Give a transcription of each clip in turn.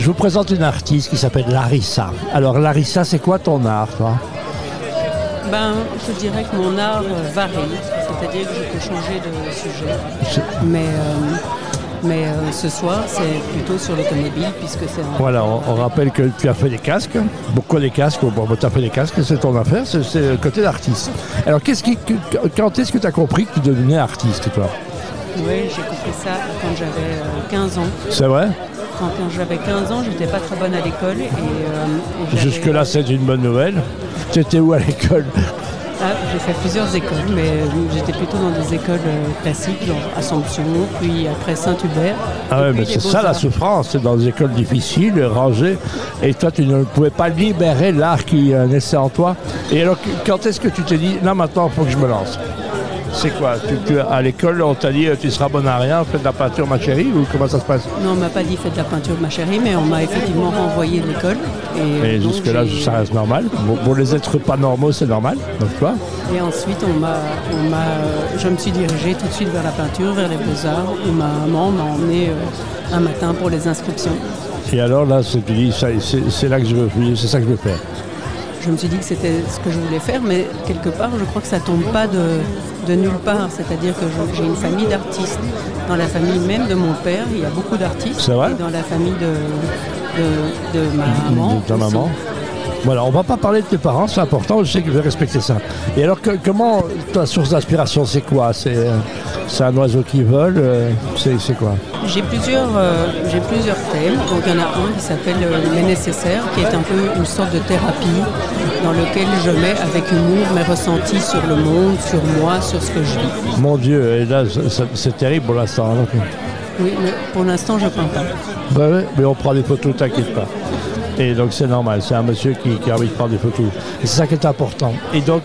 vous présente une artiste qui s'appelle Larissa. Alors Larissa, c'est quoi ton art, toi? Je dirais que mon art varie, c'est-à-dire que je peux changer de sujet. Mais ce soir, c'est plutôt sur l'automobile, puisque c'est un... Voilà, on rappelle que tu as fait des casques. Pourquoi des casques? Tu as fait des casques, c'est ton affaire, c'est le côté d'artiste. Alors, quand est-ce que tu as compris que tu devenais artiste, toi? Oui, j'ai compris ça quand j'avais 15 ans. C'est vrai? Quand j'avais 15 ans, j'étais pas très bonne à l'école. Jusque-là, c'est une bonne nouvelle. Tu étais où à l'école? J'ai fait plusieurs écoles, mais j'étais plutôt dans des écoles classiques, genre Assomption, puis après Saint-Hubert. Ah ouais, mais c'est ça la souffrance, c'est dans des écoles difficiles, rangées, et toi tu ne pouvais pas libérer l'art qui naissait en toi. Et alors, quand est-ce que tu t'es dit, là maintenant il faut que je me lance? C'est quoi? À l'école, on t'a dit tu seras bonne à rien, fais de la peinture ma chérie, ou comment ça se passe? Non, on m'a pas dit fais de la peinture ma chérie, mais on m'a effectivement renvoyé de l'école. Et jusque-là, ça reste normal. Pour les êtres pas normaux, c'est normal. Donc toi? Et ensuite, je me suis dirigée tout de suite vers la peinture, vers les beaux-arts, où ma maman m'a emmenée un matin pour les inscriptions. Et alors là, tu dis, c'est là que je veux, c'est ça que je veux faire. Je me suis dit que c'était ce que je voulais faire, mais quelque part, je crois que ça tombe pas de nulle part. C'est-à-dire que j'ai une famille d'artistes. Dans la famille même de mon père, il y a beaucoup d'artistes. C'est vrai? Et dans la famille de ma maman. De ta maman. Voilà, on va pas parler de tes parents, c'est important, je sais que je vais respecter ça. Et alors, comment ta source d'inspiration, c'est quoi? C'est un oiseau qui vole, c'est quoi? J'ai plusieurs thèmes. Donc il y en a un qui s'appelle Les Nécessaires, qui est un peu une sorte de thérapie dans lequel je mets avec humour mes ressentis sur le monde, sur moi, sur ce que je vis. Mon Dieu, et là, c'est terrible pour l'instant. Hein. Oui, mais pour l'instant, je ne peins pas. Oui, mais on prend des photos, t'inquiète pas. Et donc c'est normal, c'est un monsieur qui a envie de prendre des photos. Et c'est ça qui est important. Et donc,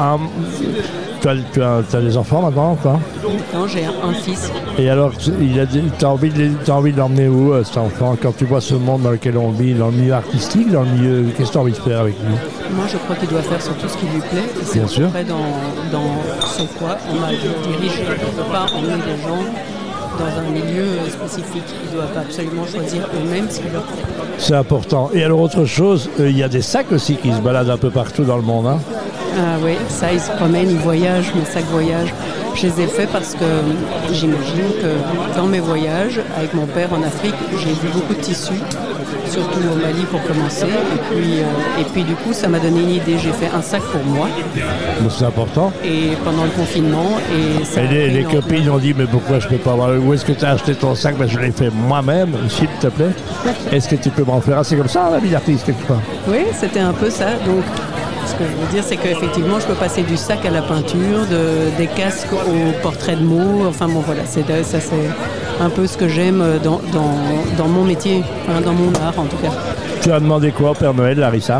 tu as des enfants maintenant, quoi? Non, j'ai un fils. Et alors, tu as envie de l'emmener où, cet enfant, quand tu vois ce monde dans lequel on vit, dans le milieu artistique, dans le milieu... Qu'est-ce que tu as envie de faire avec lui? Moi, je crois qu'il doit faire surtout ce qui lui plaît. Et c'est bien sûr. Après, dans ce quoi on m'a dirigé. On ne peut pas emmener des gens dans un milieu spécifique. Ils doivent absolument choisir eux-mêmes ce qui leur plaît. C'est important. Et alors, autre chose, il y a des sacs aussi qui se baladent un peu partout dans le monde. Hein? Ah oui, ça, ils se promènent, ils voyagent, mes sacs voyagent. Je les ai faits parce que j'imagine que dans mes voyages, avec mon père en Afrique, j'ai vu beaucoup de tissus, surtout au Mali pour commencer. Et puis du coup, ça m'a donné une idée. J'ai fait un sac pour moi. Donc c'est important. Et pendant le confinement. Et les copines ont dit, mais pourquoi je peux pas avoir... Où est-ce que tu as acheté ton sac? Je l'ai fait moi-même, s'il te plaît. Est-ce que tu peux m'en faire? C'est comme ça, la vie d'artiste, quelque part. Oui, c'était un peu ça. Donc, ce que je veux dire, c'est qu'effectivement, je peux passer du sac à la peinture, des casques au portrait de mots. Enfin bon, voilà, ça c'est un peu ce que j'aime dans mon métier, enfin, dans mon art en tout cas. Tu as demandé quoi au Père Noël, Larissa?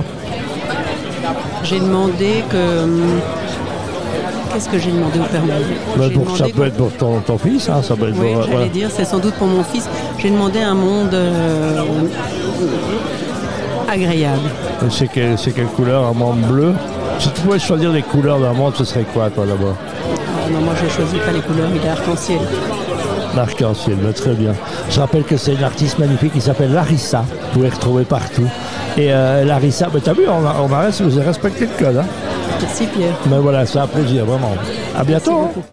J'ai demandé que... Qu'est-ce que j'ai demandé au Père Noël? Ça peut être pour ton fils, hein, ça peut être oui, pour... j'allais dire, c'est sans doute pour mon fils. J'ai demandé un monde... agréable. C'est quelle couleur? Un monde bleu? Si tu pouvais choisir les couleurs d'un monde, ce serait quoi, toi, d'abord? Non, moi, je ne choisis pas les couleurs, il est arc-en-ciel. L'arc-en-ciel, très bien. Je rappelle que c'est une artiste magnifique qui s'appelle Larissa. Vous pouvez retrouver partout. Et Larissa, t'as vu, vous avez respecté le code. Hein? Merci, Pierre. Mais voilà, c'est un plaisir, vraiment. À bientôt.